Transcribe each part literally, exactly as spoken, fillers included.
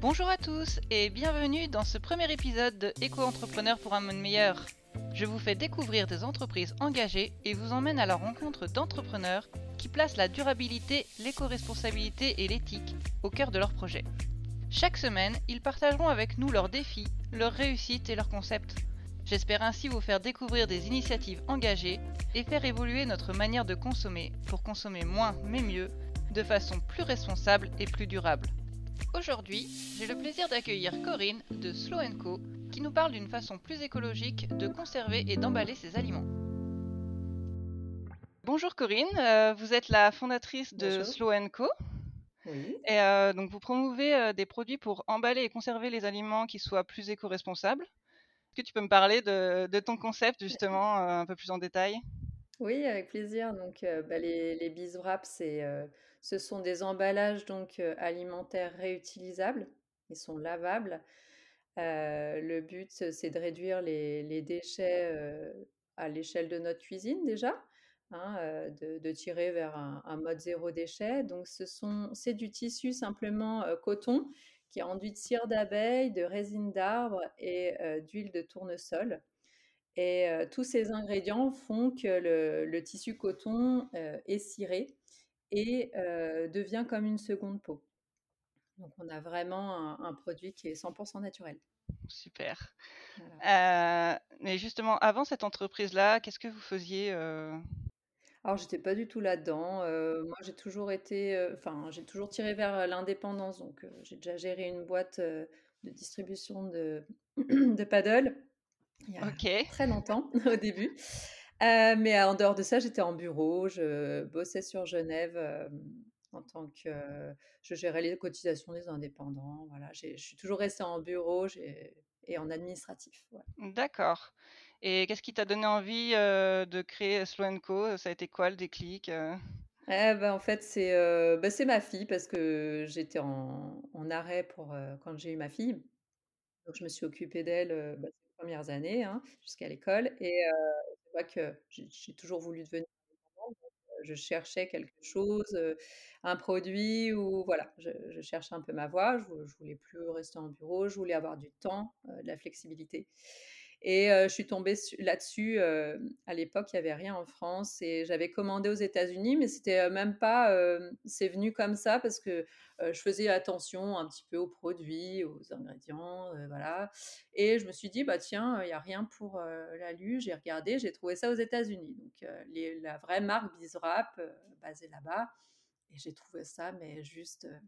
Bonjour à tous et bienvenue dans ce premier épisode de Éco-entrepreneur pour un monde meilleur. Je vous fais découvrir des entreprises engagées et vous emmène à la rencontre d'entrepreneurs qui placent la durabilité, l'éco-responsabilité et l'éthique au cœur de leurs projets. Chaque semaine, ils partageront avec nous leurs défis, leurs réussites et leurs concepts. J'espère ainsi vous faire découvrir des initiatives engagées et faire évoluer notre manière de consommer pour consommer moins mais mieux, de façon plus responsable et plus durable. Aujourd'hui, j'ai le plaisir d'accueillir Corinne de Slow and Co qui nous parle d'une façon plus écologique de conserver et d'emballer ses aliments. Bonjour Corinne, euh, vous êtes la fondatrice de Bonjour. Slow and Co. Oui. Et euh, donc vous promouvez euh, des produits pour emballer et conserver les aliments qui soient plus éco-responsables. Est-ce que tu peux me parler de, de ton concept justement euh, un peu plus en détail? Oui, avec plaisir. Donc, euh, bah, les, les Bees Wrap, c'est, euh, ce sont des emballages donc, euh, alimentaires réutilisables. Ils sont lavables. Euh, le but, c'est de réduire les, les déchets euh, à l'échelle de notre cuisine déjà, hein, euh, de, de tirer vers un, un mode zéro déchet. Donc, ce sont, c'est du tissu simplement euh, coton qui est enduit de cire d'abeille, de résine d'arbre et euh, d'huile de tournesol. Et heu, tous ces ingrédients font que le le tissu coton, heu, est ciré et heu, devient comme une seconde peau. Donc on a vraiment un un produit qui est cent pour cent naturel. Super. Voilà. Euh, mais justement, avant cette entreprise-là, qu'est-ce que vous faisiez euh, Alors j'étais pas du tout là-dedans, heu, moi j'ai toujours été, heu, enfin j'ai toujours tiré vers l'indépendance, donc heu, j'ai déjà géré une boîte, heu, de distribution de de paddles il y a Ok. très longtemps au début. Heu, mais en dehors de ça, j'étais en bureau, je bossais sur Genève, hem, en tant que je gérais les cotisations des indépendants, voilà. J'ai je suis toujours restée en bureau, j'ai et en administratif, ouais. D'accord. Et qu'est-ce qui t'a donné envie euh, de créer Slow Co? Ça a été quoi le déclic euh Eh bah, en fait, c'est, heu, bah, c'est ma fille parce que j'étais en en arrêt pour, heu, quand j'ai eu ma fille. Donc je me suis occupée d'elle, heu, bah, ses premières années, hein, jusqu'à l'école et heu, c'est vrai que j'ai j'ai toujours voulu devenir indépendante, donc heu, je cherchais quelque chose, heu, un produit où voilà, je je cherchais un peu ma voie. Je vou je voulais plus rester en bureau, je voulais avoir du temps, heu, de la flexibilité et heu, je suis tombée su là-dessus, hem, à l'époque, il y avait rien en France et j'avais commandé aux États-Unis, mais c'était, heu, même pas, hem, c'est venu comme ça parce que, heu, je faisais attention un petit peu aux produits, aux ingrédients, heu, voilà et je me suis dit: «Bah, tiens, il y a rien pour, heu, l'alu». J'ai regardé, j'ai trouvé ça aux États-Unis, donc heu, les la vraie marque Bizwrap, heu, basée là-bas et j'ai trouvé ça mais juste, heu,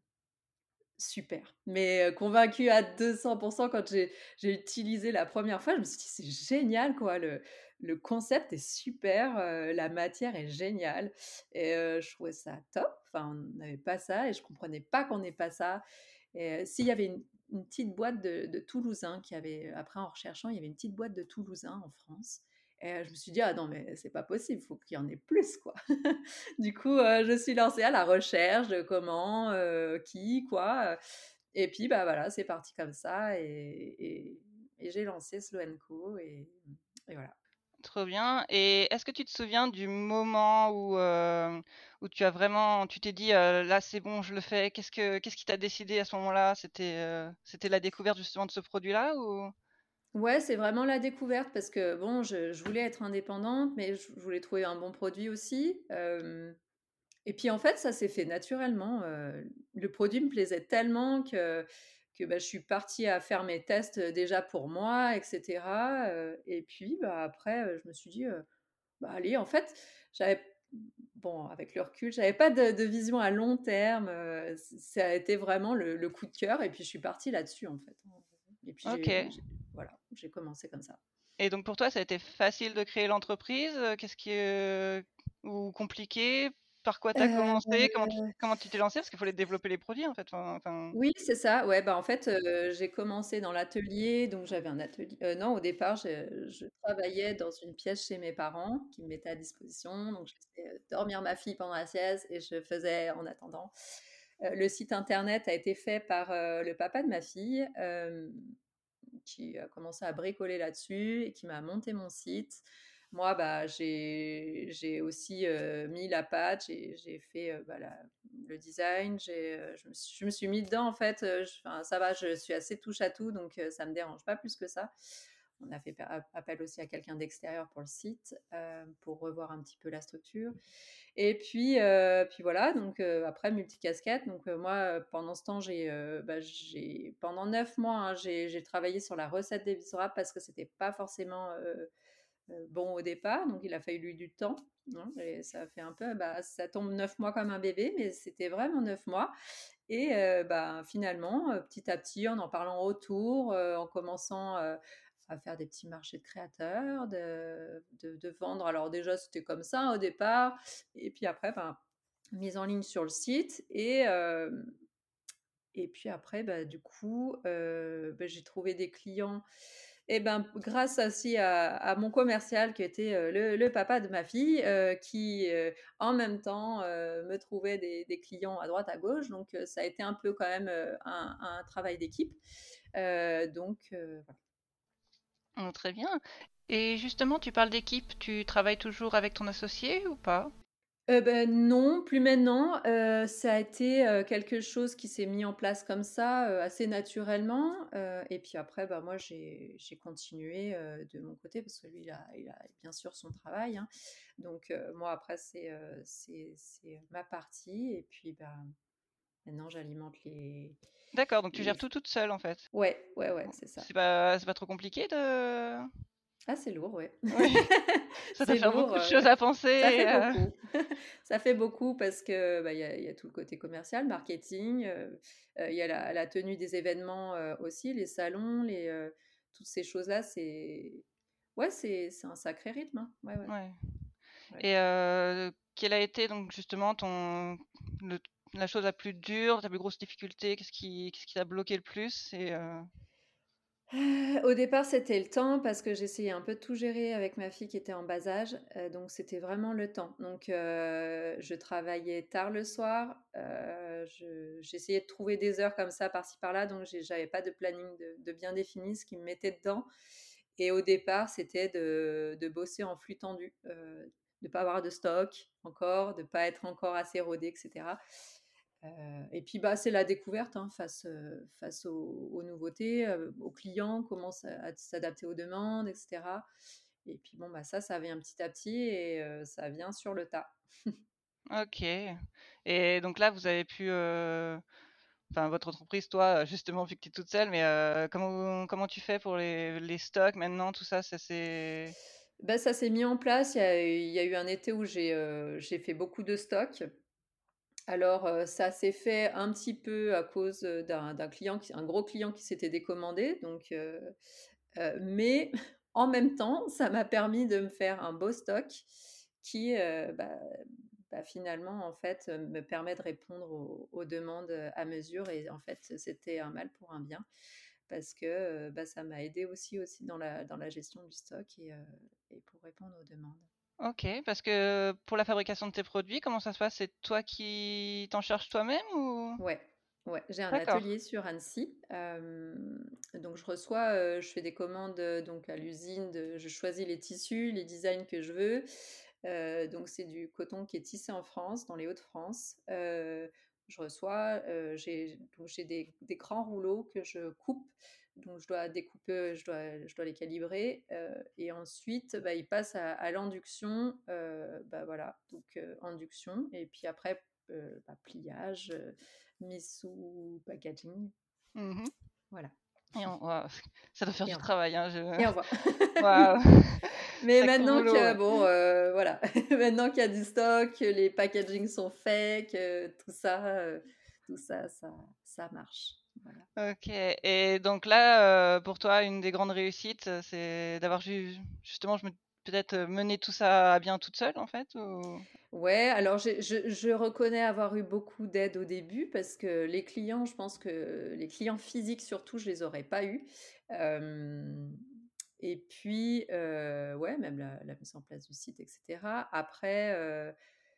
super. Mais heu, convaincue à deux cents quand j'ai j'ai utilisé la première fois, je me suis dit: «C'est génial quoi, le le concept est super, heu, la matière est géniale» et heu, je trouvais ça top. Enfin, on n'avait pas ça et je comprenais pas qu'on ait pas ça et heu, s'il y avait une une petite boîte de de Toulousain qui avait après en recherchant, il y avait une petite boîte de Toulousain en France et heu, je me suis dit: «Ah non mais c'est pas possible, il faut qu'il y en ait plus quoi». Du coup, heu, je suis lancée à la recherche de comment, heu, qui, quoi, heu et puis, bah, voilà, c'est parti comme ça et et et j'ai lancé Slow& Co et et voilà. Trop bien. Et est-ce que tu te souviens du moment où, euh, où tu as vraiment, tu t'es dit, euh, là c'est bon, je le fais. Qu'est-ce que, qu'est-ce qui t'a décidé à ce moment-là? C'était, euh, c'était la découverte justement de ce produit-là ou? Ouais, c'est vraiment la découverte parce que bon, je je voulais être indépendante, mais je je voulais trouver un bon produit aussi, hem et puis, en fait, ça s'est fait naturellement, heu, le produit me plaisait tellement que que, bah, je suis partie à faire mes tests, heu, déjà pour moi et cetera, heu et puis, bah, après, heu, je me suis dit, heu: «Bah, allez». En fait, j'avais bon, avec le recul, j'avais pas de de vision à long terme, heu, ç ça a été vraiment le le coup de cœur et puis je suis partie là-dessus, en fait, hein et puis Ok. j'ai j'ai voilà, j'ai commencé comme ça. Et donc pour toi, ça a été facile de créer l'entreprise? Euh, Qu'est-ce qui est ou compliqué? Par quoi t'as Heu commencé? Comment tu, comment tu t'es lancé? Parce qu'il fallait développer les produits en fait. Enfin, enfin, Oui, c'est ça. Ouais, bah, en fait, heu, j'ai commencé dans l'atelier, donc j'avais un atelier heu, non, au départ, je je travaillais dans une pièce chez mes parents qui me mettaient à disposition, donc je laissais, heu, dormir ma fille pendant la sieste et je faisais en attendant. Heu, le site internet a été fait par, heu, le papa de ma fille, hem, qui a commencé à bricoler là-dessus et qui m'a monté mon site. Moi, bah, j'ai j'ai aussi, heu, mis la patte, j'ai j'ai fait, heu, bah, la le design, j'ai, heu, je me suis je me suis mis dedans en fait, heu, j enfin ça va, je suis assez touche à tout donc heu, ça me dérange pas plus que ça. On a fait pa ap appel aussi à quelqu'un d'extérieur pour le site, heu, pour revoir un petit peu la structure et puis, heu, puis voilà donc heu, après multicasquette donc heu, moi, heu, pendant ce temps, j'ai, heu, bah, j'ai pendant neuf mois, hein, j'ai j'ai travaillé sur la recette des bisourap parce que c'était pas forcément, heu heu, bon au départ, donc il a fallu du temps, hein et ça a fait un peu bah, ça tombe neuf mois comme un bébé, mais c'était vraiment neuf mois et heu, bah, finalement, heu, petit à petit, en en parlant autour, heu, en commençant, heu, à faire des petits marchés de créateurs, de de de vendre alors déjà, c'était comme ça au départ et puis après, ben, mise en ligne sur le site et hem et puis après, bah, du coup, heu, bah, j'ai trouvé des clients et ben, grâce aussi à à mon commercial qui était, heu, le le papa de ma fille, heu, qui, heu, en même temps, heu, me trouvait des des clients à droite à gauche donc heu, ça a été un peu quand même, heu, un un travail d'équipe, heu, donc heu, voilà. Oh, très bien et justement, tu parles d'équipe, tu travailles toujours avec ton associé ou pas? Heu, beh, non, plus maintenant, heu, ça a été, heu, quelque chose qui s'est mis en place comme ça, heu, assez naturellement, heu et puis après, bah, moi j'ai j'ai continué, heu, de mon côté parce que lui il a il a bien sûr son travail, hein. Donc heu, moi après c'est, heu, c'est c'est ma partie et puis, bah, maintenant j'alimente les D'accord, donc tu les gères f tout toute seule en fait? ouais, ouais, ouais, Bon, c'est ça. c'est pas c'est pas trop compliqué de Ah c'est lourd, ouais. oui, ça doit C'est faire lourd, beaucoup de heu, choses à ça penser, fait heu, beaucoup. Ça fait beaucoup parce que, bah, il y a il y a tout le côté commercial, marketing, heu heu, il y a la la tenue des événements, heu, aussi, les salons, les, heu, toutes ces choses-là, c'est ouais, c'est c'est un sacré rythme, hein. Ouais, ouais, ouais ouais. et heu, quelle a été donc justement ton le la chose la plus dure, ta plus grosse difficulté? Qu'est-ce qui qu'est-ce qui t'a bloqué le plus et heu Heu, au départ, c'était le temps parce que j'essayais un peu de tout gérer avec ma fille qui était en bas âge, heu, donc c'était vraiment le temps. Donc heu, je travaillais tard le soir, heu, je j'essayais de trouver des heures comme ça par-ci par-là, donc j'ai j'avais pas de planning de de bien défini, ce qui me mettait dedans et au départ, c'était de de bosser en flux tendu, heu, de pas avoir de stock encore, de pas être encore assez rodé et cetera. Heu et puis, bah, c'est la découverte, hein, face, heu, face aux aux nouveautés, heu, aux clients, comment s'a à s'adapter aux demandes et cetera et puis bon, bah, ça, ça vient petit à petit et heu, ça vient sur le tas. OK et donc là, vous avez pu, heu, enfin votre entreprise, toi, justement, vu que tu es toute seule, mais heu, comment comment tu fais pour les les stocks maintenant, tout ça, ça c'est Bah, ça s'est mis en place, il y a eu il y a eu un été où j'ai, heu, j'ai fait beaucoup de stock. Alors, heu, ça s'est fait un petit peu à cause, heu, d'un d'un client qui un gros client qui s'était décommandé donc heu heu, mais en même temps, ça m'a permis de me faire un beau stock qui, heu, bah bah, finalement, en fait, heu, me permet de répondre aux aux demandes, heu, à mesure et en fait, c'était un mal pour un bien parce que, heu, bah, ça m'a aidé aussi aussi dans la dans la gestion du stock et heu et pour répondre aux demandes. OK, parce que pour la fabrication de tes produits, comment ça se passe? C'est toi qui t'en charges toi-même ou? Ouais, ouais, j'ai un D'accord. atelier sur Annecy, hem, donc je reçois, heu, je fais des commandes, heu, donc à l'usine de je choisis les tissus, les designs que je veux, heu, donc c'est du coton qui est tissé en France, dans les Hauts-de-France, heu, je reçois, heu, j'ai donc j'ai des des grands rouleaux que je coupe, donc je dois découper, je dois je dois les calibrer, heu et ensuite, bah, ils passent à à l'induction, heu, bah, voilà, donc heu, induction et puis après, heu, bah, pliage, heu mise sous packaging, Mmh voilà et on waouh, ça doit faire et du au revoir travail, hein, je et au revoir. waouh, Oui, mais sacré maintenant boulot, que ouais. bon, heu, voilà, maintenant qu'il y a du stock, que les packagings sont faits, que tout ça, heu, tout ça, ça ça marche, voilà. OK et donc là, heu, pour toi, une des grandes réussites, heu, c'est d'avoir ju justement, je me peut-être, heu, mené tout ça à bien toute seule, en fait, ou? Ouais, alors j'ai je je reconnais avoir eu beaucoup d'aide au début parce que les clients, je pense que les clients physiques surtout, je les aurais pas eus. Hem et puis, heu, ouais, même la la mise en place du site et cetera. Après, heu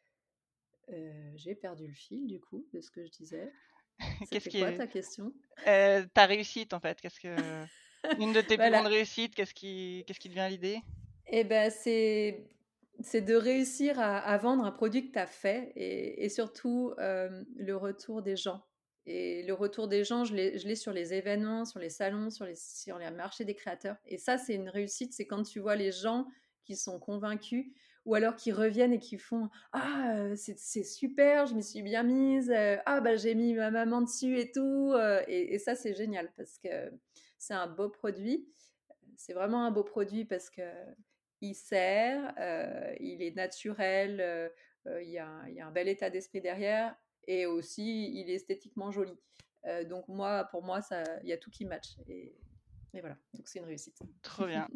heu, j'ai perdu le fil du coup de ce que je disais. Qu'est-ce C'était qui quoi est ta question? heu, ta réussite, en fait, qu'est-ce que une de tes plus Voilà. grandes réussites, qu'est-ce qui qu'est-ce qui te vient à l'idée? Et ben c'est c'est de réussir à à vendre un produit que tu as fait et et surtout, hem, le retour des gens et le retour des gens, je l'ai je l'ai sur les événements, sur les salons, sur les sur les marchés des créateurs et ça, c'est une réussite. C'est quand tu vois les gens qui sont convaincus ou alors qui reviennent et qui font: «Ah, heu, c'est c'est super, je m'y suis bien mise, heu, ah bah, j'ai mis ma maman dessus et tout», heu et et ça, c'est génial parce que c'est un beau produit. C'est vraiment un beau produit parce que il sert, heu, il est naturel, heu heu, il y a un il y a un bel état d'esprit derrière et aussi il est esthétiquement joli. Heu, donc moi, pour moi, ça il y a tout qui match et et voilà, donc c'est une réussite. Trop bien.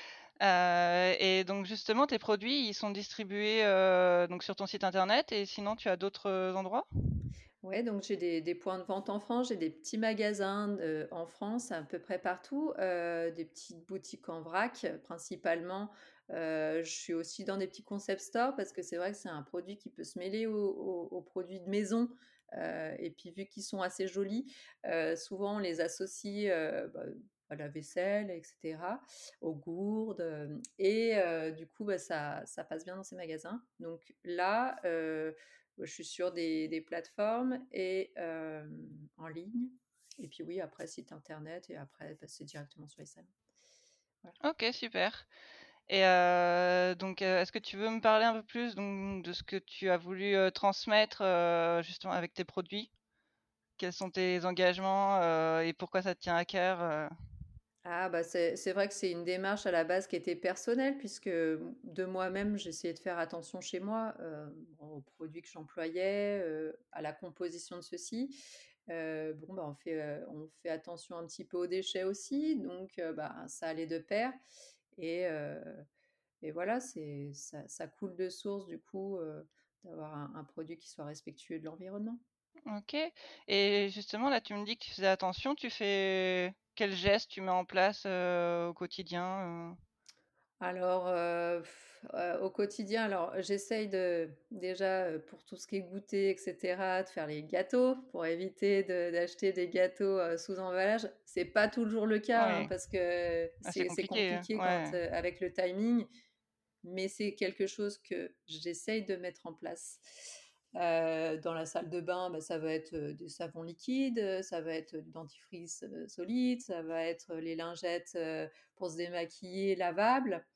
Heu et donc justement, tes produits, ils sont distribués, heu, donc sur ton site internet et sinon tu as d'autres, heu, endroits? Ouais, donc j'ai des des points de vente en France, j'ai des petits magasins, heu, en France, à peu près partout, heu, des petites boutiques en vrac, euh, principalement. Heu, je suis aussi dans des petits concept stores parce que c'est vrai que c'est un produit qui peut se mêler aux aux aux produits de maison, heu et puis vu qu'ils sont assez jolis, heu, souvent on les associe, heu, bah, à la vaisselle et cetera, aux gourdes, hem et heu, du coup, bah, ça ça passe bien dans ces magasins. Donc là, heu je suis sur des, des plateformes et euh, en ligne. Et puis oui, après site internet et après passer directement sur les salons. Voilà. OK, super et heu, donc heu, est-ce que tu veux me parler un peu plus donc de ce que tu as voulu, heu, transmettre, heu, justement avec tes produits? Quels sont tes engagements, heu et pourquoi ça te tient à cœur, heu? Ah bah c'est, c'est vrai que c'est une démarche à la base qui était personnelle puisque de moi-même j'essayais de faire attention chez moi euh, bon, aux produits que j'employais, euh, à la composition de ceux-ci. Euh, bon bah on fait, euh, on fait attention un petit peu aux déchets aussi, donc euh, bah, ça allait de pair. Et, euh, Et voilà, c'est ça, ça coule de source du coup euh, d'avoir un, un produit qui soit respectueux de l'environnement. OK et justement là, tu me dis que tu faisais attention, tu fais quels gestes tu mets en place, heu, au quotidien, heu? Alors euh, pff, euh, au quotidien, alors j'essaye de déjà euh, pour tout ce qui est goûter, et cetera, de faire les gâteaux pour éviter de- d'acheter des gâteaux euh, sous emballage. C'est pas toujours le cas hein, Oui, parce que ah, c'est c'est c'est compliqué, hein? compliqué quand Ouais. euh, avec le timing. Mais c'est quelque chose que j'essaye de mettre en place. Heu, dans la salle de bain, bah, ça va être, heu, des savons liquides, heu, ça va être du dentifrice, heu, solide, ça va être les lingettes, heu, pour se démaquiller lavables.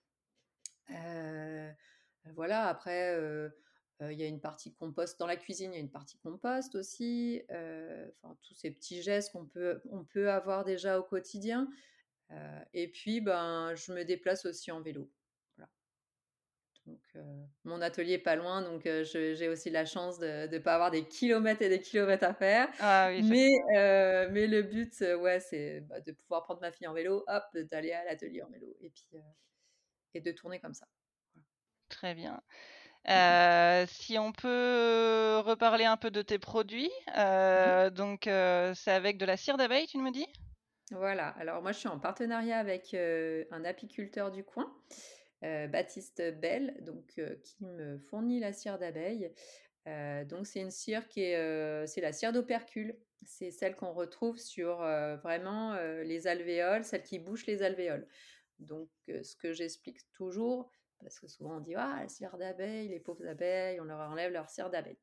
Heu, voilà, après, heu heu, il y a une partie compost dans la cuisine, il y a une partie compost aussi, heu, enfin tous ces petits gestes qu'on peut on peut avoir déjà au quotidien, heu et puis, ben, je me déplace aussi en vélo. Voilà. Donc, heu, mon atelier est pas loin, donc heu, je j'ai aussi la chance de ne pas avoir des kilomètres et des kilomètres à faire. Ah oui, ça Mais heu, mais le but, heu, ouais, c'est, bah, de pouvoir prendre ma fille en vélo, hop, d'aller à l'atelier en vélo et puis, heu et de tourner comme ça. Voilà. très bien. Mmh mh. Heu, si on peut reparler un peu de tes produits, Mmh. heu, donc heu, c'est avec de la cire d'abeille, tu me dis? Voilà, alors moi, je suis en partenariat avec, heu, un apiculteur du coin, heu, Baptiste Bell, donc heu, qui me fournit la cire d'abeille. Heu, donc c'est une cire qui est, heu, c'est la cire d'opercule. C'est celle qu'on retrouve sur, heu, vraiment, heu, les alvéoles, celle qui bouche les alvéoles. Donc heu, ce que j'explique toujours, parce que souvent on dit: «Ah, la cire d'abeille, les pauvres abeilles, on leur enlève leur cire d'abeille».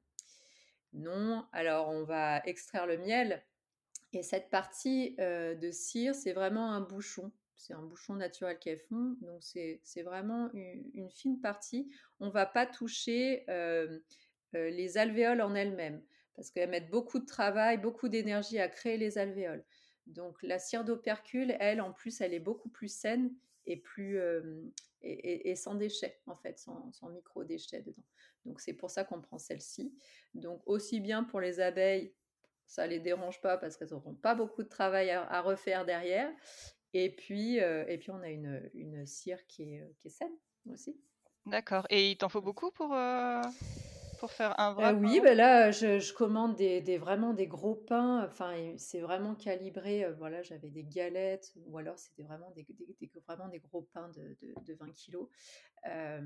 Non, alors on va extraire le miel et cette partie, heu, de cire, c'est vraiment un bouchon. C'est un bouchon naturel qu'elles font, donc c'est c'est vraiment u une fine partie. On va pas toucher, hem, heu, les alvéoles en elles-mêmes, parce qu'elles mettent beaucoup de travail, beaucoup d'énergie à créer les alvéoles. Donc la cire d'opercule, elle, en plus, elle est beaucoup plus saine et plus, hem et et et sans déchets, en fait, sans sans micro-déchets dedans. Donc c'est pour ça qu'on prend celle-ci. Donc aussi bien pour les abeilles, ça les dérange pas parce qu'elles n'auront pas beaucoup de travail à, à refaire derrière. Et puis, euh, et puis on a une, une cire qui est, qui est saine aussi. D'accord et il t'en faut beaucoup pour, heu, pour faire un Euh, vrac, par oui, exemple? ben là, je, je commande des, des- vraiment des gros pains. Enfin, et c'est vraiment calibré. euh, Voilà, j'avais des galettes ou alors c'était vraiment des, des- des- vraiment des gros pains de, de, de vingt kilos. Euh,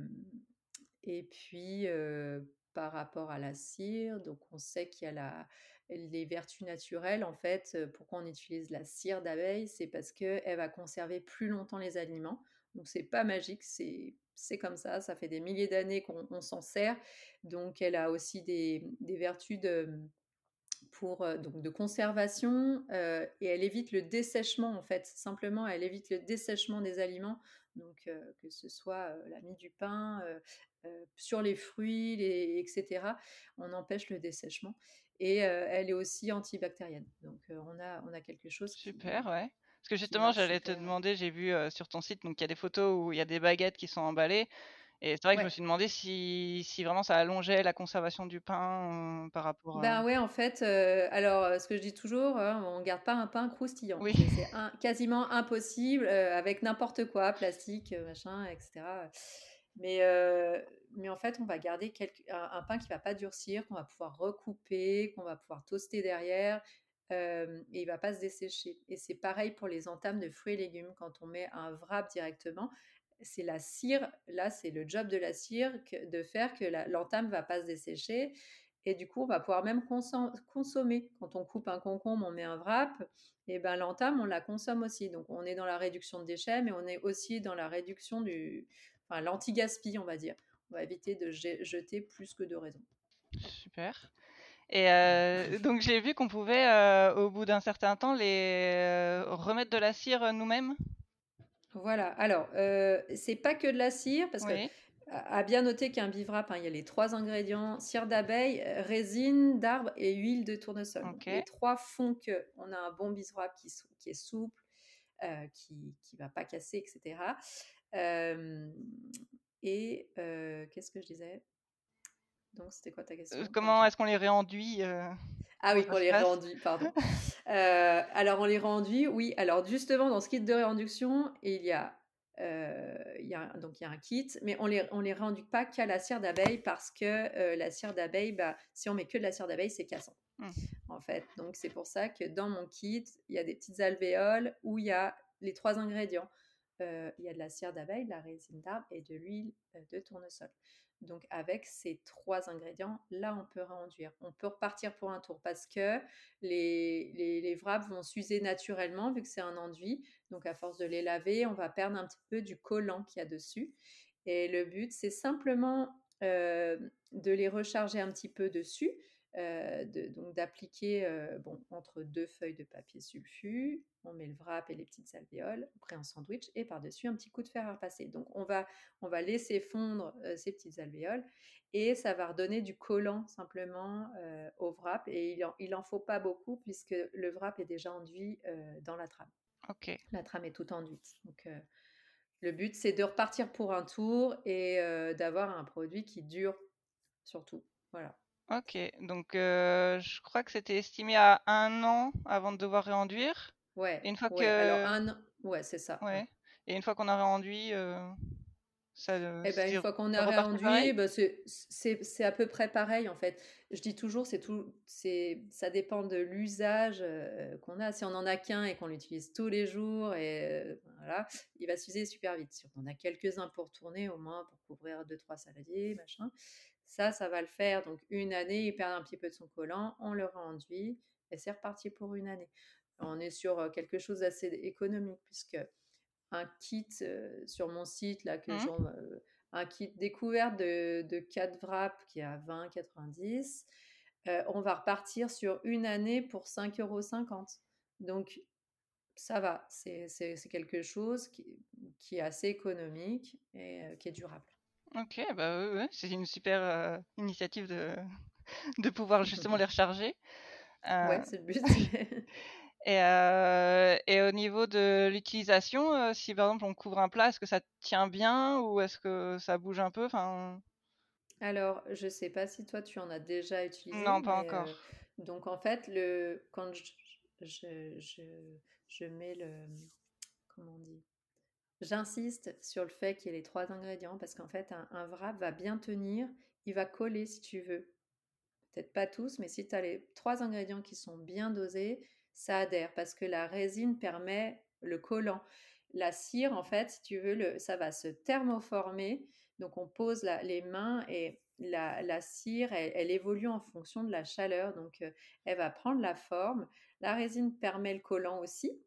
Et puis, heu, par rapport à la cire, donc on sait qu'il y a la les vertus naturelles en fait, heu, pourquoi on utilise la cire d'abeille? C'est parce qu'elle va conserver plus longtemps les aliments. Donc c'est pas magique, c'est c'est comme ça, ça fait des milliers d'années qu'on on s'en sert. Donc elle a aussi des des vertus de pour, heu, donc de conservation, heu et elle évite le dessèchement, en fait. Simplement, elle évite le dessèchement des aliments, donc heu, que ce soit, heu, la mie du pain, heu heu, sur les fruits, les et cetera. On empêche le dessèchement et heu, elle est aussi antibactérienne. Donc heu, on a on a quelque chose Super, qui ouais. Parce que qui justement, marche j'allais te super. demander, j'ai vu, heu, sur ton site, donc il y a des photos où il y a des baguettes qui sont emballées et c'est vrai que je me Ouais. suis demandé si si vraiment ça allongeait la conservation du pain, heu, par rapport à Ben, ouais, en fait, heu, alors, heu, ce que je dis toujours, hein, on garde pas un pain croustillant. oui, C'est c'est in quasiment impossible, heu, avec n'importe quoi, plastique, heu, machin et cetera, mais heu, mais en fait, on va garder quelque un un pain qui va pas durcir, qu'on va pouvoir recouper, qu'on va pouvoir toaster derrière, hem et il va pas se dessécher et c'est pareil pour les entames de fruits et légumes. Quand on met un wrap directement, c'est la cire, là, c'est le job de la cire que de faire que la l'entame va pas se dessécher et du coup, on va pouvoir même consom consommer. Quand on coupe un concombre, on met un wrap et ben, l'entame, on la consomme aussi. Donc on est dans la réduction de déchets, mais on est aussi dans la réduction du enfin, l'anti-gaspi, on va dire. On va éviter de je jeter plus que de raison. super et Voilà. heu, donc j'ai vu qu'on pouvait, heu, au bout d'un certain temps, les, heu, remettre de la cire, heu, nous-mêmes? Voilà. Alors, heu, c'est pas que de la cire parce que Oui, à à bien noter qu'un bivrap, hein, il y a les trois ingrédients: cire d'abeille, heu, résine d'arbre et huile de tournesol. Donc les OK. trois font qu'on a un bon bivrap qui sou qui est souple, heu, qui qui va pas casser et cetera. Hem et heu, qu'est-ce que je disais? Donc c'était quoi ta Heu, question? comment Pardon. est-ce qu'on les réenduit, heu, Ah comment oui, ça qu'on se les passe? réenduit, pardon. Heu, alors on les réenduit, oui. Alors justement, dans ce kit de réinduction, il y a, heu, il y a donc il y a un kit, mais on les on les réenduit pas qu'à la cire d'abeille parce que, heu, la cire d'abeille, bah, si on met que de la cire d'abeille, c'est cassant, Mmh. en fait. Donc c'est pour ça que dans mon kit, il y a des petites alvéoles où il y a les trois ingrédients. Heu, il y a de la cire d'abeille, de la résine d'arbre et de l'huile, heu, de tournesol. Donc avec ces trois ingrédients, là, on peut réenduire. On peut repartir pour un tour parce que les les les wraps vont s'user naturellement vu que c'est un enduit. Donc à force de les laver, on va perdre un petit peu du collant qu'il y a dessus et le but, c'est simplement, heu, de les recharger un petit peu dessus, heu, de donc d'appliquer, heu, bon, entre deux feuilles de papier sulfu, on met le wrap et les petites alvéoles, après un sandwich et par-dessus un petit coup de fer à repasser. Donc on va on va laisser fondre, heu, ces petites alvéoles et ça va redonner du collant simplement, heu, au wrap et il en il en faut pas beaucoup puisque le wrap est déjà enduit, heu, dans la trame. OK. La trame est toute enduite. Donc heu, le but, c'est de repartir pour un tour et heu, d'avoir un produit qui dure surtout. Voilà. OK, donc heu, je crois que c'était estimé à un an avant de devoir réenduire et Ouais, une fois ouais, alors que un an ouais, c'est ça, ouais. ouais et une fois qu'on a réenduit, heu, ça, heu, Et ben, une c'est fois qu'on ça a repartit pareil? réenduit, bah, c'est c'est c'est à peu près pareil, en fait. Je dis toujours, c'est tout c'est ça dépend de l'usage, heu, qu'on a. Si on en a qu'un et qu'on l'utilise tous les jours et heu, voilà, il va s'user super vite. Si on en a quelques-uns pour tourner, au moins pour couvrir deux trois saladiers, machin, ça, ça va le faire. Donc une année, il perd un petit peu de son collant, on le réenduit et c'est reparti pour une année. On est sur, heu, quelque chose d'assez économique puisque un kit, heu, sur mon site là que Mmh. j'en heu, un kit découverte de de quatre wraps qui est à vingt quatre-vingt-dix. Heu, on va repartir sur une année pour cinq euros cinquante. Donc ça va, c'est c'est c'est quelque chose qui qui est assez économique et heu, qui est durable. OK, bah, ouais, ouais, c'est une super, heu, initiative de de pouvoir justement les recharger, heu Ouais, c'est le but. et heu et au niveau de l'utilisation, heu, si par exemple on couvre un plat, est-ce que ça tient bien ou est-ce que ça bouge un peu? Enfin Alors, je sais pas si toi tu en as déjà utilisé, non, pas mais heu, encore. donc en fait le quand je je je je mets le comment on dit? J'insiste sur le fait qu'il y ait les trois ingrédients parce qu'en fait, un, un wrap va bien tenir, il va coller si tu veux. Peut-être pas tous, mais si tu as les trois ingrédients qui sont bien dosés, ça adhère parce que la résine permet le collant. La cire, en fait, si tu veux, le, ça va se thermoformer. Donc, on pose la- les mains et la, la cire, elle, elle évolue en fonction de la chaleur. Donc, euh, elle va prendre la forme. La résine permet le collant aussi.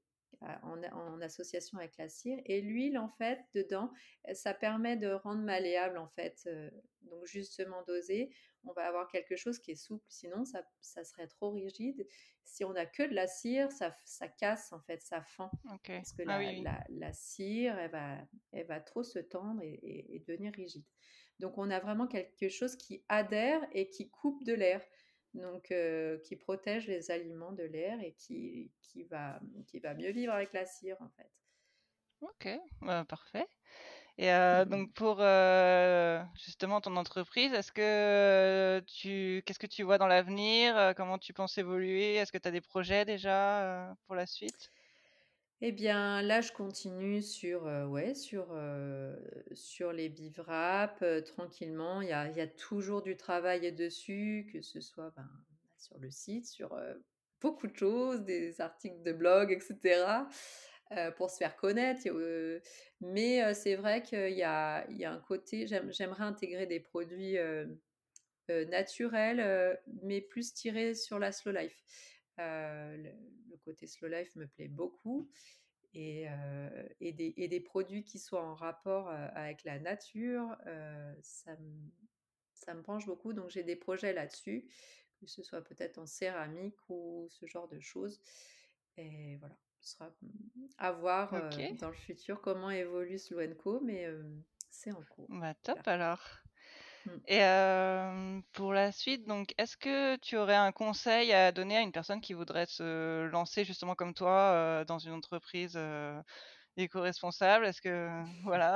en, en association avec la cire. Et l'huile, en fait, dedans, ça permet de rendre malléable, en fait. Euh, donc, justement dosé, on va avoir quelque chose qui est souple. Sinon, ça, ça serait trop rigide. Si on n'a que de la cire, ça, ça casse, en fait, ça fend. Ok. Parce que Ah la, oui, la, la cire, elle va, elle va trop se tendre et, et, et devenir rigide. Donc, on a vraiment quelque chose qui adhère et qui coupe de l'air. Donc, euh, qui protège les aliments de l'air et qui, qui, va, qui va mieux vivre avec la cire, en fait. oui. Ok, bah, parfait. Et euh, donc pour euh, justement ton entreprise, est-ce que tu, qu'est-ce que tu vois dans l'avenir? Euh, Comment tu penses évoluer? Est-ce que tu as des projets déjà euh, pour la suite? Eh bien, là, je continue sur, euh, ouais, sur, euh, sur les bivraps euh, tranquillement. Il y a, il y a toujours du travail dessus, que ce soit ben, sur le site, sur euh, beaucoup de choses, des articles de blog, et cetera, euh, pour se faire connaître. Euh, mais euh, c'est vrai qu'il y a, il y a un côté, j'aime- j'aimerais intégrer des produits euh, euh, naturels, euh, mais plus tirés sur la slow life. Euh, le, le côté slow life me plaît beaucoup et, euh, et, des, et des produits qui soient en rapport euh, avec la nature, euh, ça me, ça me penche beaucoup. Donc j'ai des projets là-dessus, que ce soit peut-être en céramique ou ce genre de choses. Et voilà, ce sera à voir Ok, euh, dans le futur comment évolue Slow Co, mais euh, c'est en cours. bah Voilà. top alors. Mm. Et euh, pour la suite, donc, est-ce que tu aurais un conseil à donner à une personne qui voudrait se lancer justement comme toi euh, dans une entreprise euh, éco-responsable? Est-ce que voilà.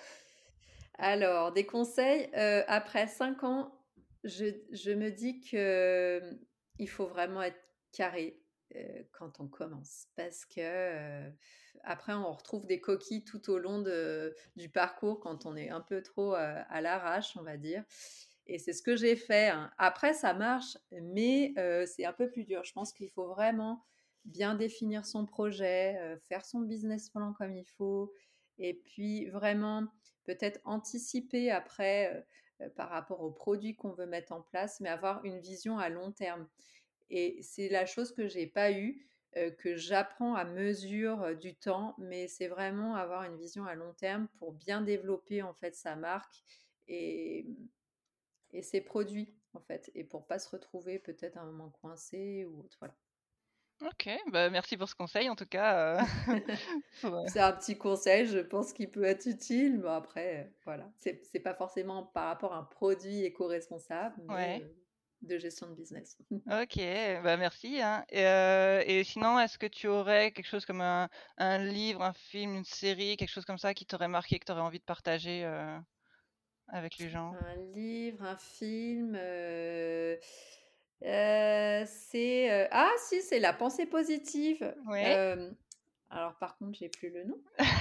Alors, des conseils. Euh, après cinq ans, je, je me dis que euh, il faut vraiment être carré euh, quand on commence. Parce que euh, après, on retrouve des coquilles tout au long de, du parcours quand on est un peu trop euh, à l'arrache, on va dire. Et c'est ce que j'ai fait, hein. Après, ça marche, mais euh, c'est un peu plus dur. Je pense qu'il faut vraiment bien définir son projet, euh, faire son business plan comme il faut. Et puis, vraiment peut-être anticiper après euh, euh, par rapport aux produits qu'on veut mettre en place, mais avoir une vision à long terme. Et c'est la chose que j'ai pas eue, euh, que j'apprends à mesure euh, du temps, mais c'est vraiment avoir une vision à long terme pour bien développer en fait sa marque et, et ses produits en fait, et pour pas se retrouver peut-être à un moment coincé ou autre. Voilà. Ok, bah merci pour ce conseil en tout cas. euh, pour, euh, C'est un petit conseil, je pense qu'il peut être utile, mais après, euh, voilà, c'est c'est pas forcément par rapport à un produit éco-responsable, mais ouais. euh, de gestion de business. Ok, bah merci, hein. Et, euh, et sinon, est-ce que tu aurais quelque chose comme un, un livre, un film, une série, quelque chose comme ça qui t'aurait marqué, que tu aurais envie de partager euh, avec les gens? Un livre, un film, euh, euh, c'est euh, ah si, c'est La pensée positive. Oui. Euh, alors par contre, j'ai plus le nom,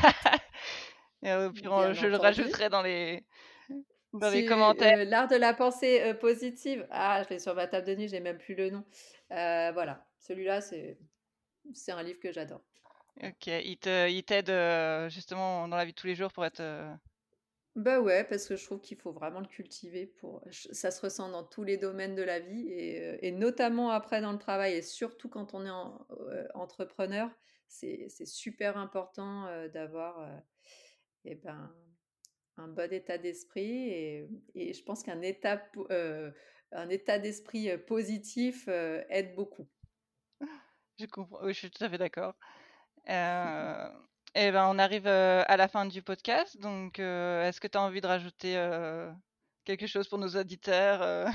Et au pire, on- bien je le entendu. rajouterai dans les dans les C'est commentaires. euh, L'art de la pensée euh, positive. Ah, je l'ai sur ma table de nuit, j'ai même plus le nom. Euh, voilà, celui-là, c'est c'est un livre que j'adore. Voilà. Ok, il te, il t'aide euh, justement dans la vie de tous les jours pour être. euh, Bah ouais, parce que je trouve qu'il faut vraiment le cultiver pour. ch- Ça se ressent dans tous les domaines de la vie et, euh, et notamment après dans le travail et surtout quand on est en- euh, entrepreneur, c'est c'est super important euh, d'avoir euh, eh ben, un bon état d'esprit et, et je pense qu'un état, po- euh, un état d'esprit euh, positif euh, aide beaucoup. Je comprends. Oui, je suis tout à fait d'accord. Euh, et ben, on arrive euh, à la fin du podcast. Donc, euh, est-ce que tu as envie de rajouter euh, quelque chose pour nos auditeurs euh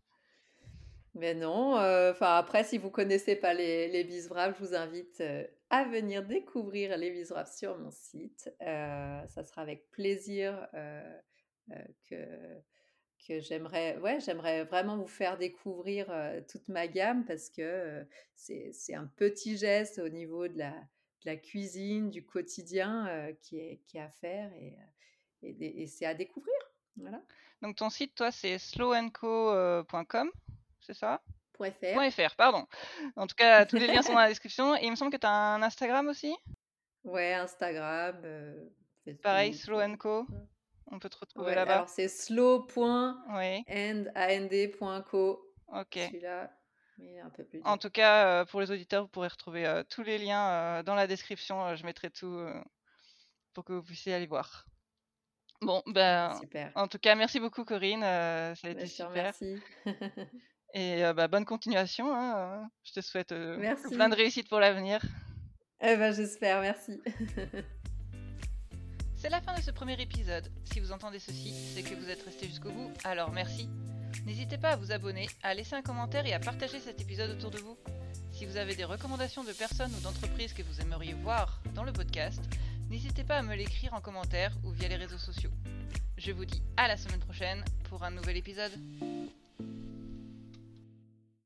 Mais non, euh, enfin après, si vous connaissez pas les, les Biswraps, je vous invite euh, à venir découvrir les Biswraps sur mon site. Euh, ça sera avec plaisir euh, euh, que, que j'aimerais, ouais, j'aimerais vraiment vous faire découvrir euh, toute ma gamme parce que euh, c'est, c'est un petit geste au niveau de la, de la cuisine, du quotidien euh, qui est, qui est à faire et, et, des- et c'est à découvrir. Voilà. Donc, ton site, toi, c'est slowandco point com, c'est ça? Pour faire. .fr, pardon. En tout cas, tous les liens sont dans la description. Et il me semble que tu as un Instagram aussi. Ouais, Instagram, euh, Pareil, Facebook. Slow euh, and Co. voilà. On peut te retrouver Ouais, là-bas. alors c'est slow point Oui, and point co. ok. Celui-là. mais un peu plus En dur. tout cas, euh, pour les auditeurs, vous pourrez retrouver euh, tous les liens euh, dans la description. Euh, je mettrai tout euh, pour que vous puissiez aller voir. Bon, Ouais, ben, super. en tout cas, merci beaucoup Corinne, euh, ça a Bah, été je te super. remercie. Et euh, bah, bonne continuation, hein, euh, je te souhaite euh, tout plein de Merci. réussite pour l'avenir. Eh ben, j'espère, merci. C'est la fin de ce premier épisode. Si vous entendez ceci, c'est que vous êtes resté jusqu'au bout, alors merci. N'hésitez pas à vous abonner, à laisser un commentaire et à partager cet épisode autour de vous. Si vous avez des recommandations de personnes ou d'entreprises que vous aimeriez voir dans le podcast, n'hésitez pas à me l'écrire en commentaire ou via les réseaux sociaux. Je vous dis à la semaine prochaine pour un nouvel épisode.